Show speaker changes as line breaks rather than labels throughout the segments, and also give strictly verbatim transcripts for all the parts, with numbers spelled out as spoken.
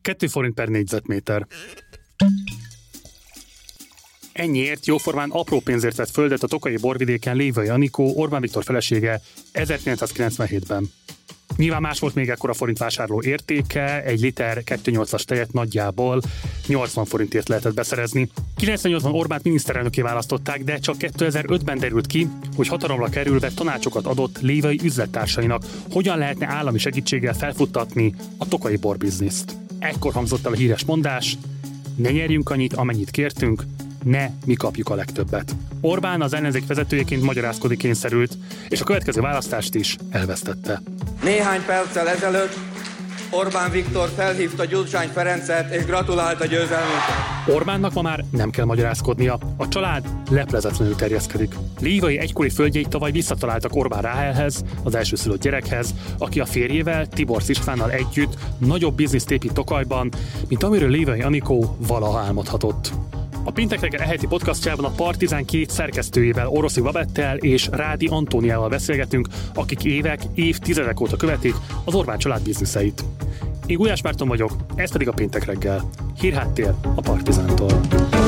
két forint per négyzetméter. Ennyiért jóformán apró pénzért vett földet a tokaji borvidéken Lévai Anikó, Orbán Viktor felesége ezerkilencszázkilencvenhétben. Nyilván más volt még ekkor a forint vásárló értéke, egy liter kettő nyolcas tejet nagyjából nyolcvan forintért lehetett beszerezni. kilencvennyolcban Orbánt miniszterelnökké választották, de csak kétezer-ötben derült ki, hogy hatalomra kerülve tanácsokat adott lévai üzlettársainak, hogyan lehetne állami segítséggel felfuttatni a tokaji borbizniszt. Ekkor hangzott el a híres mondás: ne nyerjünk annyit, amennyit kértünk, ne mi kapjuk a legtöbbet. Orbán az ellenzék vezetőjeként magyarázkodni kényszerült, és a következő választást is elvesztette.
Néhány perccel ezelőtt Orbán Viktor felhívta Gyurcsány Ferencet és gratulált a győzelmünknek.
Orbánnak ma már nem kell magyarázkodnia, a család leplezetlenül terjeszkedik. Lévai egykori földjeit tavaly visszataláltak Orbán Ráhelhez, az elsőszülött gyerekhez, aki a férjével, Tiborcs Istvánnal együtt nagyobb bizniszt épít Tokajban, mint amiről Lévai Anikó valaha álmodhatott. A péntek reggel eheti podcastjában a Partizán két szerkesztőjével, Oroszi Babettel és Rádi Antóniával beszélgetünk, akik évek, évtizedek óta követik az Orbán család bizniszeit. Én Gulyás Márton vagyok, ez pedig a Péntek reggel. Hírháttér a Partizántól.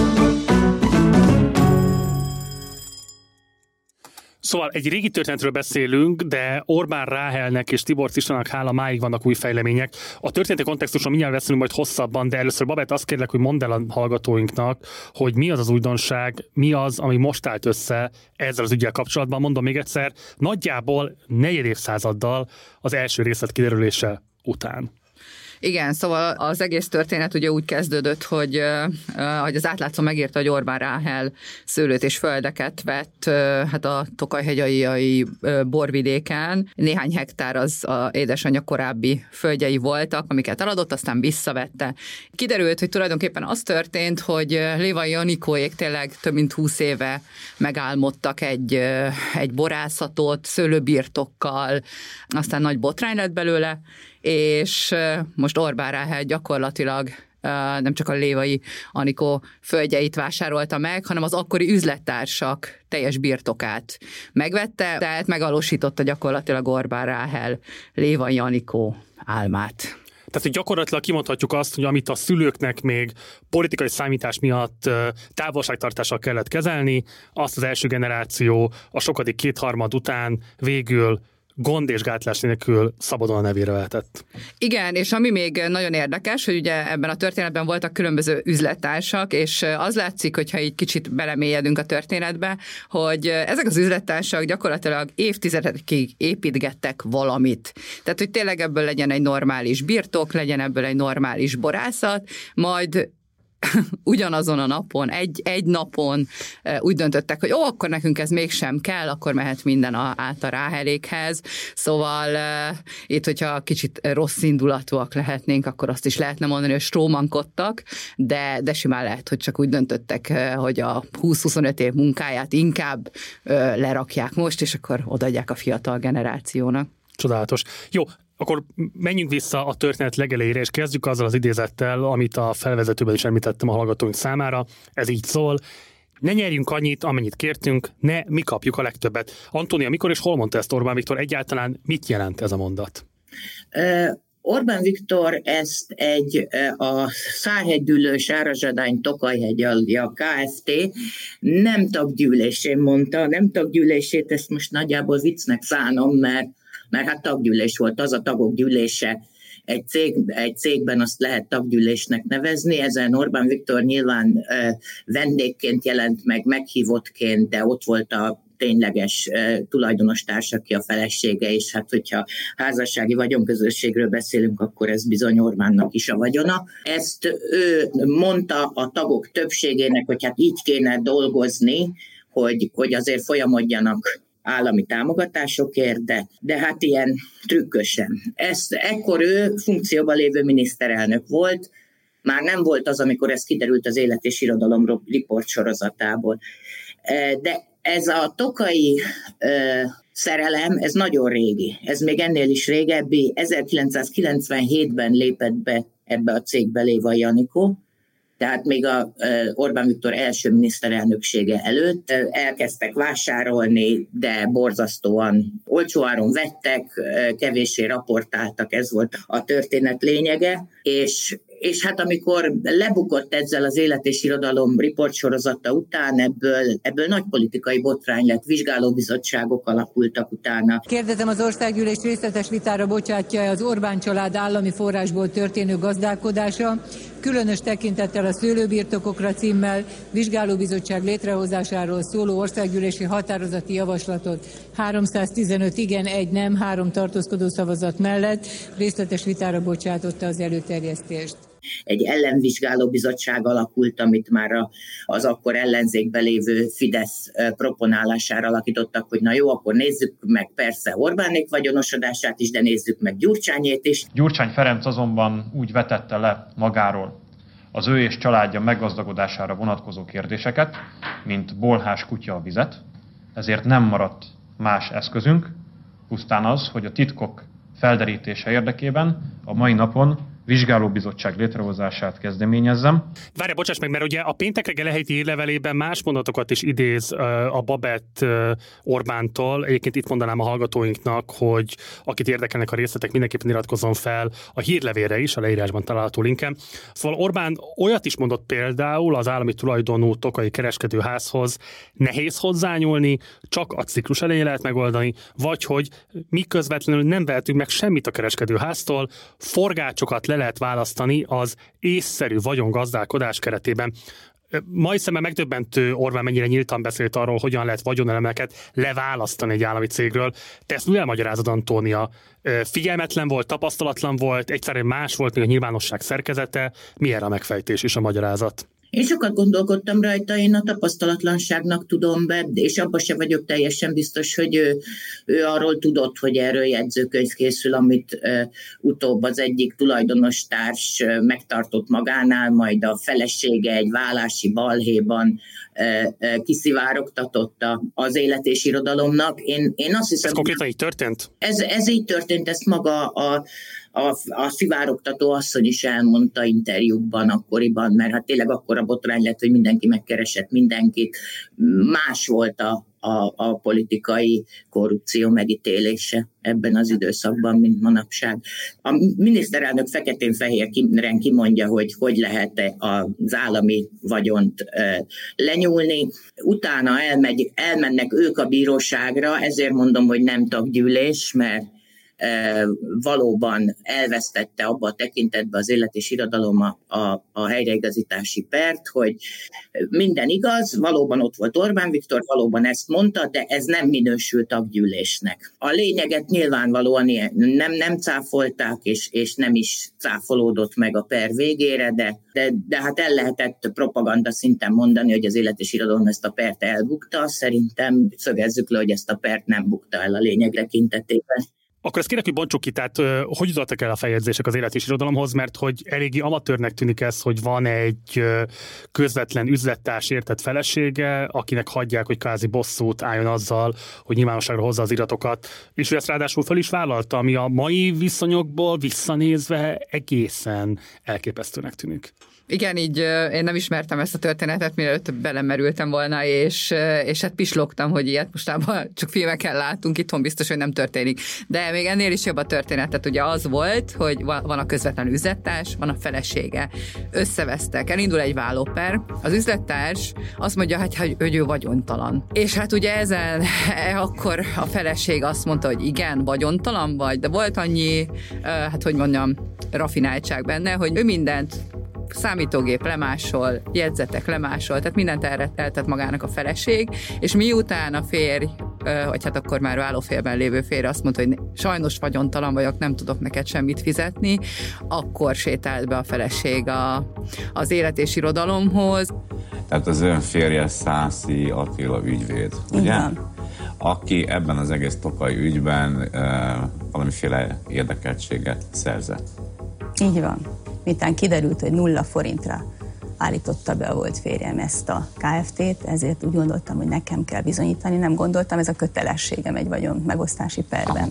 Szóval egy régi történetről beszélünk, de Orbán Ráhelnek és Tiborcs Istvánnak hála máig vannak új fejlemények. A történeti kontextusról mindjárt beszélünk majd hosszabban, de először Babett, azt kérlek, hogy mondd el a hallgatóinknak, hogy mi az az újdonság, mi az, ami most állt össze ezzel az üggyel kapcsolatban. Mondom még egyszer, nagyjából negyed évszázaddal az első részlet kiderülése után.
Igen, szóval az egész történet ugye úgy kezdődött, hogy, hogy az átlátszó megírta, hogy Orbán Ráhel szőlőt és földeket vett hát a Tokaj-hegyai borvidéken. Néhány hektár az a édesanyja korábbi földjei voltak, amiket eladott, aztán visszavette. Kiderült, hogy tulajdonképpen az történt, hogy Lévai Anikóék tényleg több mint húsz éve megálmodtak egy, egy borászatot, szőlőbirtokkal, aztán nagy botrány lett belőle, és most Orbán Ráhel gyakorlatilag nem csak a Lévai Anikó földjeit vásárolta meg, hanem az akkori üzlettársak teljes birtokát megvette, tehát megvalósította gyakorlatilag Orbán Ráhel Lévai Anikó álmát.
Tehát, hogy gyakorlatilag kimondhatjuk azt, hogy amit a szülőknek még politikai számítás miatt távolságtartással kellett kezelni, azt az első generáció a sokadik kétharmad után végül gond és gátlás nélkül szabadon a nevére vehetett.
Igen, és ami még nagyon érdekes, hogy ugye ebben a történetben voltak különböző üzlettársak, és az látszik, hogyha így kicsit belemélyedünk a történetbe, hogy ezek az üzlettársak gyakorlatilag évtizedekig építgettek valamit. Tehát, hogy tényleg ebből legyen egy normális birtok, legyen ebből egy normális borászat, majd ugyanazon a napon, egy, egy napon úgy döntöttek, hogy ó, akkor nekünk ez mégsem kell, akkor mehet minden a, át a Ráhelékhez. Szóval uh, itt, hogyha kicsit rossz indulatúak lehetnénk, akkor azt is lehetne mondani, hogy strómankodtak, de, de simán lehet, hogy csak úgy döntöttek, hogy a húsz-huszonöt év munkáját inkább uh, lerakják most, és akkor odaadják a fiatal generációnak.
Csodálatos. Jó, akkor menjünk vissza a történet legelejére, és kezdjük azzal az idézettel, amit a felvezetőben is említettem a hallgatóink számára. Ez így szól: ne nyerjünk annyit, amennyit kértünk, ne mi kapjuk a legtöbbet. Antónia, mikor és hol mondta ezt Orbán Viktor? Egyáltalán mit jelent ez a mondat?
Uh, Orbán Viktor ezt egy a Szárhegygyűlös Árazsadány Tokajhegy a Kft. Nem taggyűlésén mondta, nem taggyűlését, ezt most nagyjából viccnek szánom, mert mert hát taggyűlés volt, az a tagok gyűlése. Egy, cég, egy cégben azt lehet taggyűlésnek nevezni, ezen Orbán Viktor nyilván e, vendégként jelent meg, meghívottként, de ott volt a tényleges e, tulajdonos társ, aki a felesége, és hát hogyha házassági vagyonközösségről beszélünk, akkor ez bizony Orbánnak is a vagyona. Ezt ő mondta a tagok többségének, hogy hát így kéne dolgozni, hogy, hogy azért folyamodjanak állami támogatásokért, de, de hát ilyen trükkösen. Ezt, ekkor ő funkcióban lévő miniszterelnök volt, már nem volt az, amikor ez kiderült az Élet és Irodalom riport sorozatából. De ez a tokai ö, szerelem, ez nagyon régi. Ez még ennél is régebbi. ezerkilencszázkilencvenhétben lépett be ebbe a cégbe Lévai Anikó, tehát még a Orbán Viktor első miniszterelnöksége előtt elkezdtek vásárolni, de borzasztóan olcsó áron vettek, kevéssé raportáltak, ez volt a történet lényege, és, és hát amikor lebukott ezzel az Élet és Irodalom riportsorozata után, ebből, ebből nagy politikai botrány lett, vizsgálóbizottságok alakultak utána.
Kérdezem, az országgyűlés részletes vitára bocsátja az Orbán család állami forrásból történő gazdálkodása, különös tekintettel a szőlőbirtokokra címmel vizsgálóbizottság létrehozásáról szóló országgyűlési határozati javaslatot háromszáztizenöt igen, egy nem, három tartózkodó szavazat mellett részletes vitára bocsátotta az előterjesztést.
Egy ellenvizsgáló bizottság alakult, amit már az akkor ellenzékben lévő Fidesz proponálására alakítottak, hogy na jó, akkor nézzük meg persze Orbánék vagyonosodását is, de nézzük meg Gyurcsányét is.
Gyurcsány Ferenc azonban úgy vetette le magáról az ő és családja meggazdagodására vonatkozó kérdéseket, mint bolhás kutya a vizet, ezért nem maradt más eszközünk, pusztán az, hogy a titkok felderítése érdekében a mai napon vizsgálóbizottság létrehozását kezdeményezzem.
Várja, bocsáss meg, mert ugye a péntek reggel helyi hírlevelében más mondatokat is idéz a Babett Orbántól. Egyébként itt mondanám a hallgatóinknak, hogy akit érdekelnek a részletek, mindenképpen iratkozzon fel a hírlevélre is, a leírásban található linken. Szóval Orbán olyat is mondott például az állami tulajdonú Tokaji kereskedőházhoz, nehéz hozzányúlni, csak a ciklus elején lehet megoldani, vagy hogy mi közvetlenül nem vehetünk meg semmit a kereskedőháztól, forgácsokat le lehet választani az észszerű vagyongazdálkodás keretében. Mai szemben megdöbbentő Orbán mennyire nyíltan beszélt arról, hogyan lehet vagyonelemeket leválasztani egy állami cégről. Te ezt úgy elmagyarázod, Antónia. Figyelmetlen volt, tapasztalatlan volt, egyszerűen más volt, még a nyilvánosság szerkezete. Mi erre a megfejtés és a magyarázat?
Én sokat gondolkodtam rajta, én a tapasztalatlanságnak tudom be, és abban se vagyok teljesen biztos, hogy ő, ő arról tudott, hogy erről jegyzőkönyv készül, amit uh, utóbb az egyik tulajdonos társ uh, megtartott magánál, majd a felesége egy vállási balhéban uh, uh, kiszivárogtatott az Élet és Irodalomnak. Én, én azt hiszem,
ez konkrétan így történt?
Ez, ez így történt, ezt maga a A, a szivárogtató asszony is elmondta interjúkban akkoriban, mert hát tényleg akkora botrány lett, hogy mindenki megkeresett mindenkit. Más volt a, a, a politikai korrupció megítélése ebben az időszakban, mint manapság. A miniszterelnök feketén-fehéren kimondja, hogy hogy lehet az állami vagyont e, lenyúlni. Utána elmegy, elmennek ők a bíróságra, ezért mondom, hogy nem taggyűlés, mert valóban elvesztette abba a tekintetben az Élet és Irodalom a, a, a helyreigazítási pert, hogy minden igaz, valóban ott volt Orbán Viktor, valóban ezt mondta, de ez nem minősül taggyűlésnek. A lényeget nyilvánvalóan nem, nem cáfolták, és, és nem is cáfolódott meg a per végére, de, de, de hát el lehetett propaganda szinten mondani, hogy az Élet és Irodalom ezt a pert elbukta. Szerintem szögezzük le, hogy ezt a pert nem bukta el a lényeg tekintetében.
Akkor ezt kérek, hogy bontsuk ki, tehát hogy jutottak el a feljegyzések az Élet és Irodalomhoz, mert hogy eléggé amatőrnek tűnik ez, hogy van egy közvetlen üzlettárs értett felesége, akinek hagyják, hogy kvázi bosszút álljon azzal, hogy nyilvánosságra hozza az iratokat, és ő ezt ráadásul fel is vállalta, ami a mai viszonyokból visszanézve egészen elképesztőnek tűnik.
Igen, így én nem ismertem ezt a történetet, mielőtt belemerültem volna, és, és hát pislogtam, hogy ilyet mostában csak filmeken látunk, itthon biztos, hogy nem történik. De még ennél is jobb a történetet, ugye az volt, hogy van a közvetlen üzlettárs, van a felesége. Összevesztek, elindul egy vállóper, az üzlettárs azt mondja, hát, hogy ő vagyontalan. És hát ugye ezen akkor a feleség azt mondta, hogy igen, vagyontalan vagy, de volt annyi, hát hogy mondjam, rafináltság benne, hogy ő mindent számítógép lemásol, jegyzetek lemásol, tehát mindent erre eltett magának a feleség, és miután a férj, vagy hát akkor már vállófélben lévő férj azt mondta, hogy sajnos vagyontalan vagyok, nem tudok neked semmit fizetni, akkor sétált be a feleség a, az Élet és Irodalomhoz.
Tehát az ön férje Szászi Attila ügyvéd, ugye? Igen. Aki ebben az egész Tokaji ügyben e, valamiféle érdekeltséget szerzett.
Így van. Miután kiderült, hogy nulla forintra állította be a volt férjem ezt a ká ef té-t, ezért úgy gondoltam, hogy nekem kell bizonyítani, nem gondoltam, ez a kötelességem egy vagyon megosztási perben.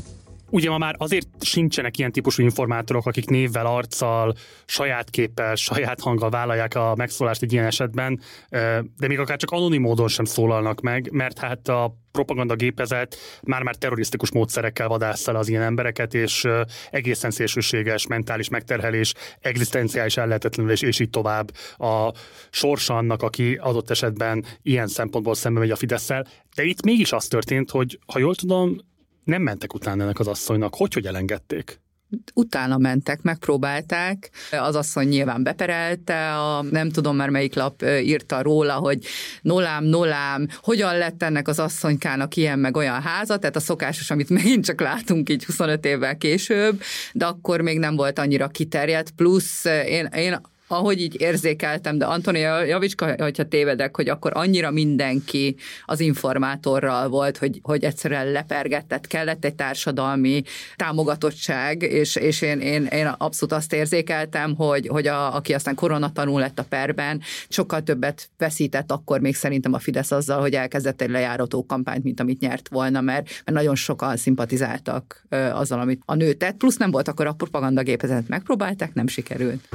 Ugye ma már azért sincsenek ilyen típusú informátorok, akik névvel, arccal, saját képpel, saját hanggal vállalják a megszólást egy ilyen esetben, de még akár csak anonim módon sem szólalnak meg, mert hát a propagandagépezet már-már terrorisztikus módszerekkel vadász el az ilyen embereket, és egészen szélsőséges mentális megterhelés, egzisztenciális ellehetetlenülés, és így tovább a sorsa annak, aki adott esetben ilyen szempontból szembe megy a Fidesszel. De itt mégis az történt, hogy ha jól tudom, nem mentek utána ennek az asszonynak. Hogy, hogy elengedték?
Utána mentek, megpróbálták, az asszony nyilván beperelte, a, nem tudom már melyik lap írta róla, hogy nolám, nolám, hogyan lett ennek az asszonykának ilyen meg olyan háza, tehát a szokásos, amit megint csak látunk így huszonöt évvel később, de akkor még nem volt annyira kiterjedt, plusz én, én ahogy így érzékeltem, de Antonia, javíts, hogyha tévedek, hogy akkor annyira mindenki az informátorral volt, hogy, hogy egyszerűen lepergetett, kellett egy társadalmi támogatottság, és, és én, én, én abszolút azt érzékeltem, hogy, hogy a, aki aztán koronatanul lett a perben, sokkal többet veszített akkor még szerintem a Fidesz azzal, hogy elkezdett egy lejárató kampányt, mint amit nyert volna, mert, mert nagyon sokan szimpatizáltak azzal, amit a nő tett, plusz nem volt akkor a propagandagépezet, megpróbálták, nem sikerült.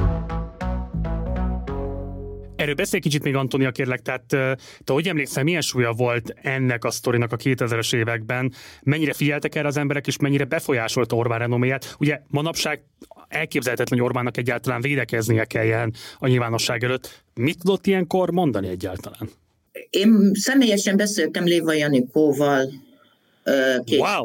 Erről beszélj kicsit még, Antonia, kérlek, tehát te hogy emlékszel, milyen súlya volt ennek a sztorinak a kétezres években, mennyire figyeltek erre az emberek, és mennyire befolyásolta Orbán renoméját? Ugye manapság elképzelhetetlen, hogy Orbánnak egyáltalán védekeznie kelljen a nyilvánosság előtt. Mit tudott ilyenkor mondani egyáltalán?
Én személyesen beszéltem Lévai Anikóval, Két,
wow.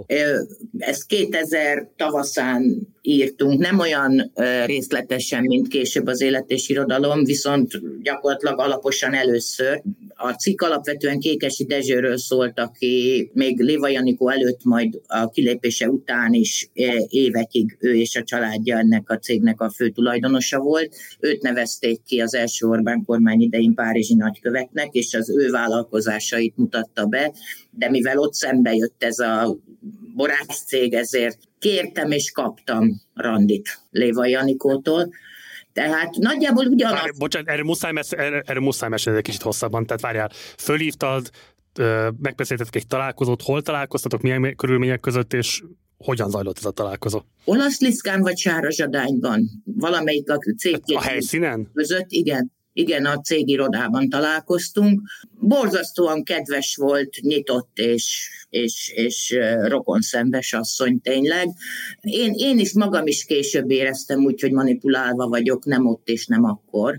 Ezt kétezer tavaszán írtunk, nem olyan részletesen, mint később az Élet és Irodalom, viszont gyakorlatilag alaposan először. A cikk alapvetően Kékesi Dezsőről szólt, aki még Lévai Anikó előtt, majd a kilépése után is évekig ő és a családja ennek a cégnek a fő tulajdonosa volt. Őt nevezték ki az első Orbán kormány idején párizsi nagykövetnek, és az ő vállalkozásait mutatta be, de mivel ott szembe jött ez a borász cég, ezért kértem és kaptam randit Lévai Anikótól. Tehát nagyjából ugyanaz...
Várj, bocsánat, erről muszáj, mesz- erről, erről muszáj mesélni egy kicsit hosszabban. Tehát várjál, fölhívtad, megbeszéltetek egy találkozót, hol találkoztatok, milyen körülmények között, és hogyan zajlott ez a találkozó?
Olaszliszkán vagy Sárazsadányban. Valamelyik a cég...
A helyszínen?
Között, igen. Igen, a cégirodában találkoztunk. Borzasztóan kedves volt, nyitott és, és, és rokonszenves asszony tényleg. Én, én is magam is később éreztem úgy, hogy manipulálva vagyok, nem ott és nem akkor.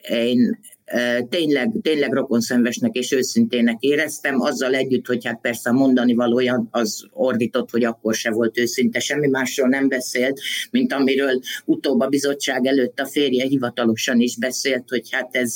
Én tényleg, tényleg rokonszenvesnek és őszintének éreztem, azzal együtt, hogy hát persze a mondani valója az ordított, hogy akkor se volt őszinte, semmi másról nem beszélt, mint amiről utóbb a bizottság előtt a férje hivatalosan is beszélt, hogy hát ez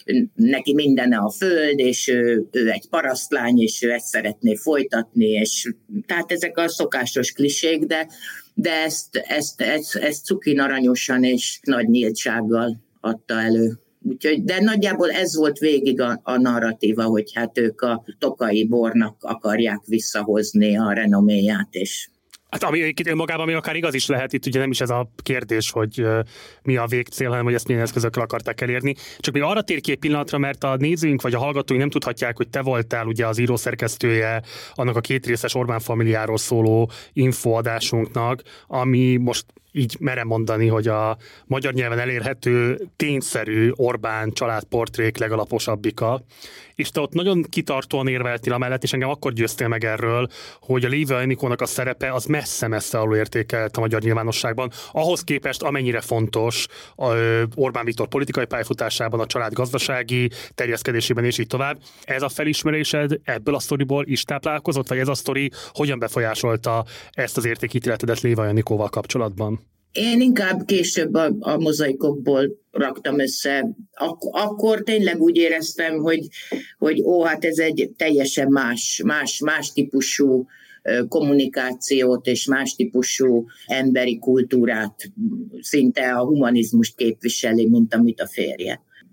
neki mindene a föld, és ő, ő egy parasztlány, és ő ezt szeretné folytatni, és tehát ezek a szokásos klisék, de, de ezt, ezt, ezt, ezt cukin aranyosan és nagy nyíltsággal adta elő. Úgyhogy, de nagyjából ez volt végig a, a narratíva, hogy hát ők a Tokai bornak akarják visszahozni a renoméját, és...
Hát ami önmagában még akár igaz is lehet, itt ugye nem is ez a kérdés, hogy uh, mi a végcél, hanem hogy ezt milyen eszközökkel akarták elérni. Csak még arra tér ki egy pillanatra, mert a nézőink vagy a hallgatóink nem tudhatják, hogy te voltál ugye az írószerkesztője annak a kétrészes Orbán familiáról szóló infoadásunknak, ami most így merem mondani, hogy a magyar nyelven elérhető tényszerű Orbán családportrék legalaposabbika. És te ott nagyon kitartóan érveltél amellett, és engem akkor győztél meg erről, hogy a Lévai Anikónak a szerepe az messze-messze alulértékelt a magyar nyilvánosságban. Ahhoz képest, amennyire fontos a Orbán Viktor politikai pályafutásában, a család gazdasági terjeszkedésében, és így tovább. Ez a felismerésed ebből a sztoriból is táplálkozott, vagy ez a sztori hogyan befolyásolta ezt az értékítéletedet Lévai Anikóval kapcsolatban?
Én inkább később a, a mozaikokból raktam össze. Ak- akkor tényleg úgy éreztem, hogy, hogy ó, hát ez egy teljesen más, más, más típusú kommunikációt és más típusú emberi kultúrát, szinte a humanizmust képviseli, mint amit a férje.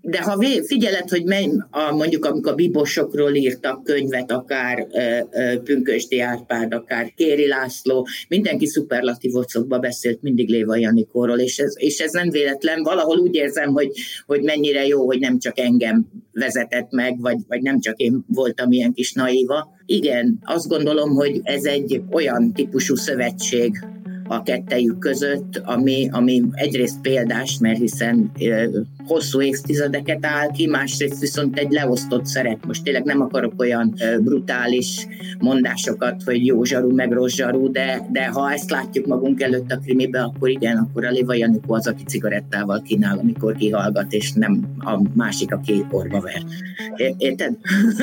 De ha figyeled, hogy menj, a, mondjuk amikor a bibosokról írtak könyvet, akár ö, ö, Pünkösdi Árpád, akár Kéri László, mindenki szuperlatívocokba beszélt mindig Lévai Janikóról, és ez, és ez nem véletlen. Valahol úgy érzem, hogy, hogy mennyire jó, hogy nem csak engem vezetett meg, vagy, vagy nem csak én voltam ilyen kis naíva. Igen, azt gondolom, hogy ez egy olyan típusú szövetség a kettejük között, ami, ami egyrészt példás, mert hiszen e, hosszú évtizedeket áll ki, másrészt viszont egy leosztott szerep. Most tényleg nem akarok olyan e, brutális mondásokat, hogy jó zsarú, meg rossz zsarú, de, de ha ezt látjuk magunk előtt a krimibe, akkor igen, akkor a Lévai Janikó az, aki cigarettával kínál, amikor kihallgat, és nem a másik, aki orba ver. Érted?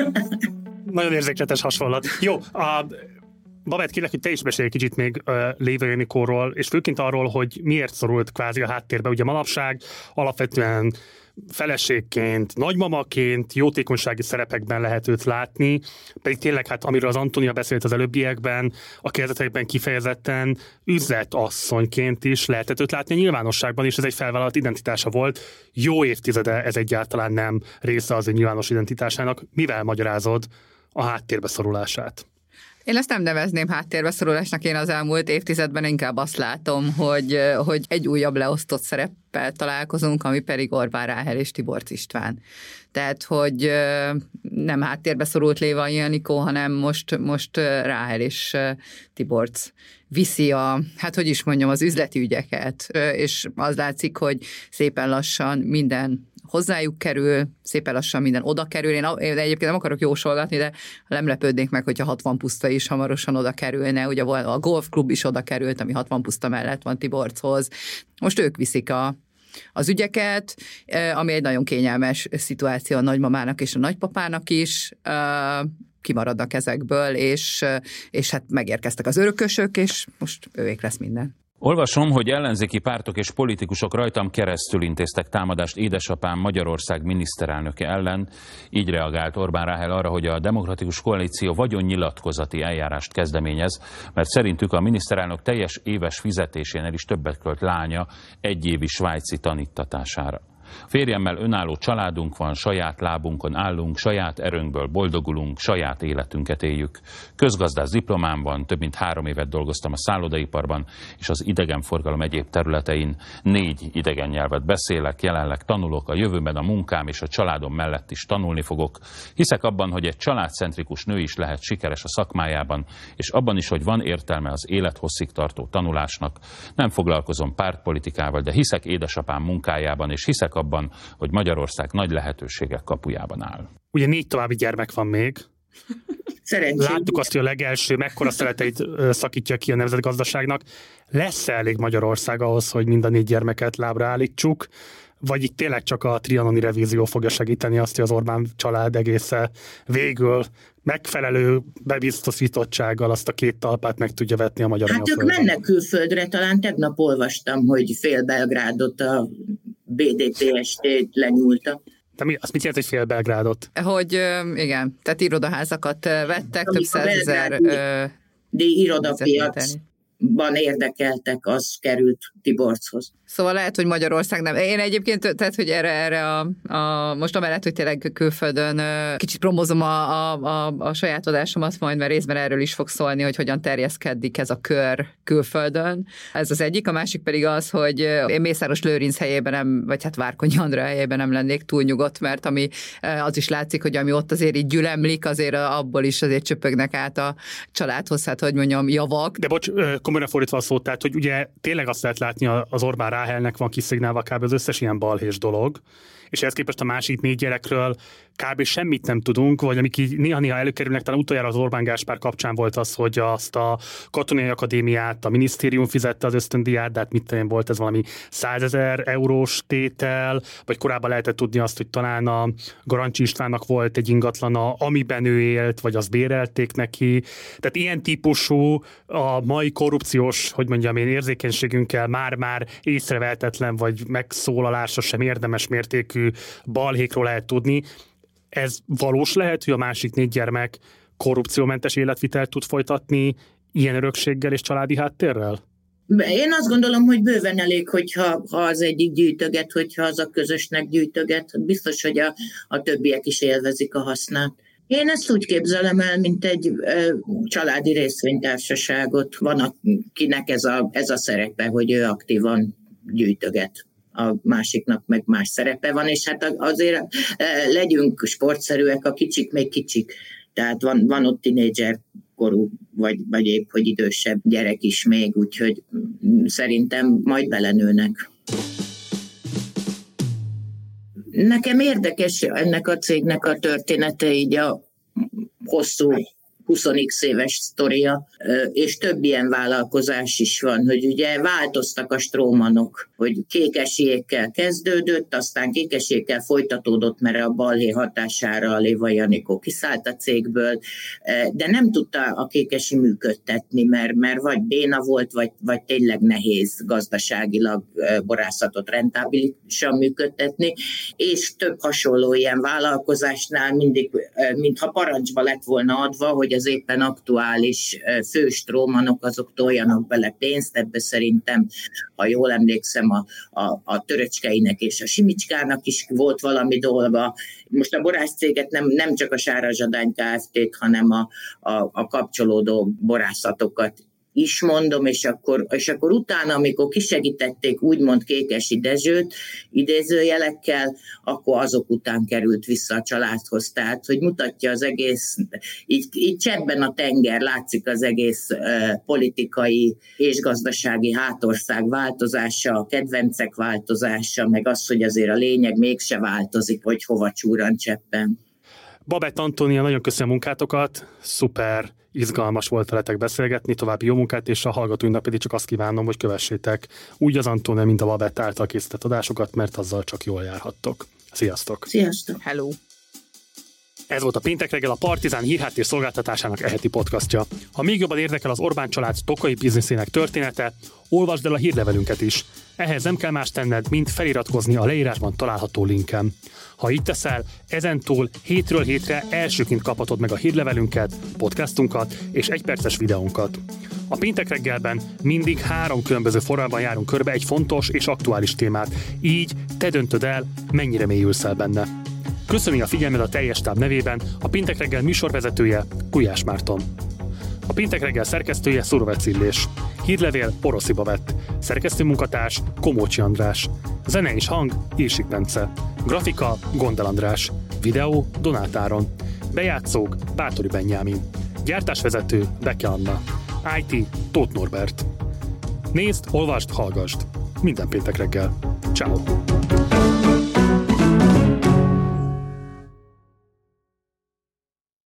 Nagyon érzékletes hasonlat. Jó, a Babett, kérlek, hogy te is beszélj kicsit még uh, Lévai Janikóról, és főként arról, hogy miért szorult kvázi a háttérbe. Ugye manapság alapvetően feleségként, nagymamaként, jótékonysági szerepekben lehet őt látni, pedig tényleg, hát amiről az Antónia beszélt az előbbiekben, a kezdetekben kifejezetten üzletasszonyként is lehetett őt látni a nyilvánosságban, és ez egy felvállalt identitása volt. Jó évtizede ez egyáltalán nem része az ő nyilvános identitásának. Mivel magyarázod a háttérbe szorulását?
Én ezt nem nevezném háttérbeszorulásnak, én az elmúlt évtizedben inkább azt látom, hogy, hogy egy újabb leosztott szereppel találkozunk, ami pedig Orbán Ráhel és Tiborcs István. Tehát, hogy nem háttérbe szorult Lévai Janikó, hanem most, most Ráhel és Tiborcs viszi a, hát hogy is mondjam, az üzleti ügyeket, és az látszik, hogy szépen lassan minden hozzájuk kerül, szépen lassan minden oda kerül. Én, én egyébként nem akarok jósolgatni, de nem lepődnék meg, hogyha hatvan puszta is hamarosan oda kerülne. Ugye a golfklub is oda került, ami hatvan puszta mellett van Tiborchoz. Most ők viszik a, az ügyeket, ami egy nagyon kényelmes szituáció a nagymamának és a nagypapának is. Kimaradnak ezekből, és, és hát megérkeztek az örökösök, és most ővék lesz minden.
Olvasom, hogy ellenzéki pártok és politikusok rajtam keresztül intéztek támadást édesapám Magyarország miniszterelnöke ellen. Így reagált Orbán Ráhel arra, hogy a Demokratikus Koalíció vagyonnyilatkozati eljárást kezdeményez, mert szerintük a miniszterelnök teljes éves fizetésénél is többet költ lánya egyévi svájci tanítatására. Férjemmel önálló családunk van, saját lábunkon állunk, saját erőnkből boldogulunk, saját életünket éljük. Közgazdász diplomám van, több mint három évet dolgoztam a szállodaiparban, és az idegenforgalom egyéb területein négy idegen nyelvet beszélek, jelenleg tanulok, a jövőben a munkám és a családom mellett is tanulni fogok. Hiszek abban, hogy egy családcentrikus nő is lehet sikeres a szakmájában, és abban is, hogy van értelme az élethosszig tartó tanulásnak. Nem foglalkozom pártpolitikával, de hiszek édesapám munkájában, és hiszek abban, hogy Magyarország nagy lehetőségek kapujában áll.
Ugye négy további gyermek van még.
Szerencsét.
Láttuk azt, hogy a legelső mekkora szereteit szakítja ki a nemzetgazdaságnak. Lesz-e elég Magyarország ahhoz, hogy mind a négy gyermeket lábra állítsuk? Vagy itt tényleg csak a trianoni revízió fogja segíteni azt, hogy az Orbán család egészen végül megfelelő bebiztosítottsággal azt a két talpát meg tudja vetni a magyar
Hát ők mennek külföldre, talán tegnap olvastam, hogy fél Belgrádot a bé dé pé es té lenyúlta.
De mi, azt mit jelent, hogy fél Belgrádot?
Hogy igen, tehát irodaházakat vettek,
Ami
több százezer
irodapiacban érdekeltek, az került Tiborchoz.
Szóval lehet, hogy Magyarország nem. Én egyébként, tehát, hogy erre, erre a, a most amellett, hogy tényleg külföldön kicsit promozom a, a, a, a saját adásomat majd, mert részben erről is fog szólni, hogy hogyan terjeszkedik ez a kör külföldön. Ez az egyik, a másik pedig az, hogy én Mészáros Lőrinc helyében nem, vagy hát Várkonyi Andrea helyében nem lennék túl nyugodt, mert ami az is látszik, hogy ami ott azért így gyülemlik, azért abból is azért csöpögnek át a családhoz, hát hogy mondjam, javak.
De bocs, komolyan fordítva a szót, tehát, hogy ugye tényleg azt lehet látni az Orbán Ráhelnek van kiszignálva kb. Az összes ilyen balhés dolog, és ehhez képest a másik négy gyerekről kb. Semmit nem tudunk, vagy amik így néha-néha előkerülnek, talán utoljára az Orbán Gáspár kapcsán volt az, hogy azt a katonai akadémiát a minisztérium fizette az ösztöndíját, de hát mit tudom, volt ez valami százezer eurós tétel, vagy korábban lehetett tudni azt, hogy talán a Garancsi Istvánnak volt egy ingatlana, amiben ő élt, vagy azt bérelték neki. Tehát ilyen típusú a mai korrupciós, hogy mondjam én, érzékenységünkkel már-már észrevehetetlen, vagy megszólalásra sem érdemes mértékű balhékról lehet tudni. Ez valós lehet, hogy a másik négy gyermek korrupciómentes életvitelt tud folytatni ilyen örökséggel és családi háttérrel?
Én azt gondolom, hogy bőven elég, hogyha ha az egyik gyűjtöget, hogyha az a közösnek gyűjtöget. Biztos, hogy a, a többiek is élvezik a hasznát. Én ezt úgy képzelem el, mint egy ö, családi részvénytársaságot. Van, akinek ez a, ez a szerepe, hogy ő aktívan gyűjtöget. A másiknak meg más szerepe van, és hát azért ö, legyünk sportszerűek, a kicsik még kicsik. Tehát van, van ott tinédzser korú, vagy, vagy épp, hogy idősebb gyerek is még, úgyhogy szerintem majd belenőnek. Nekem érdekes ennek a cégnek a története, így a hosszú húsz éves sztoria, és több ilyen vállalkozás is van, hogy ugye változtak a strómanok, hogy kékesiékkel kezdődött, aztán kékesiékkel folytatódott, mert a balhé hatására a Lévai Janikó kiszállt a cégből, de nem tudta a kékesi működtetni, mert, mert vagy béna volt, vagy, vagy tényleg nehéz gazdaságilag borászatot rentábilisan működtetni, és több hasonló ilyen vállalkozásnál mindig, mintha parancsba lett volna adva, hogy az éppen aktuális főstrómanok, azok toljanak bele pénzt, ebbe szerintem, ha jól emlékszem, a, a, a Töröcskeinek és a Simicskának is volt valami dolga. Most a borászcéget nem, nem csak a Sárazsadány Kft-t, hanem a, a, a kapcsolódó borászatokat is mondom, és akkor, és akkor utána, amikor kisegítették úgymond Kékesi Dezsőt idézőjelekkel, akkor azok után került vissza a családhoz. Tehát, hogy mutatja az egész, így, így csebben a tenger, látszik az egész uh, politikai és gazdasági hátország változása, a kedvencek változása, meg az, hogy azért a lényeg mégse változik, hogy hova csúran cseppen.
Babett Antónia, nagyon köszönöm a munkátokat, szuper izgalmas volt veletek beszélgetni, további jó munkát, és a hallgatóinak pedig csak azt kívánom, hogy kövessétek úgy az Antónia, mint a Babett által készített adásokat, mert azzal csak jól járhattok. Sziasztok!
Sziasztok!
Hello!
Ez volt a Péntek reggel, a Partizán hírháttér szolgáltatásának eheti podcastja. Ha még jobban érdekel az Orbán család tokai bizniszének története, olvasd el a hírlevelünket is. Ehhez nem kell más tenned, mint feliratkozni a leírásban található linken. Ha így teszel, ezentúl hétről hétre elsőként kaphatod meg a hírlevelünket, podcastunkat és egyperces videónkat. A Péntek reggelben mindig három különböző forralban járunk körbe egy fontos és aktuális témát, így te döntöd el, mennyire mélyülsz el benne. Köszöni a figyelmed a teljes táb nevében a Péntek reggel műsorvezetője, Gulyás Márton. A Péntek reggel szerkesztője Szurovec Illés. Hírlevél Oroszi Babett. Szerkesztőmunkatárs Komócsi András. Zene és hang Irsik Bence. Grafika Gondel András. Videó Donát Áron. Bejátszók Bátori Benyámin. Gyártásvezető Beke Anna. i té Tóth Norbert. Nézd, olvasd, hallgasd. Minden péntek reggel. Ciao.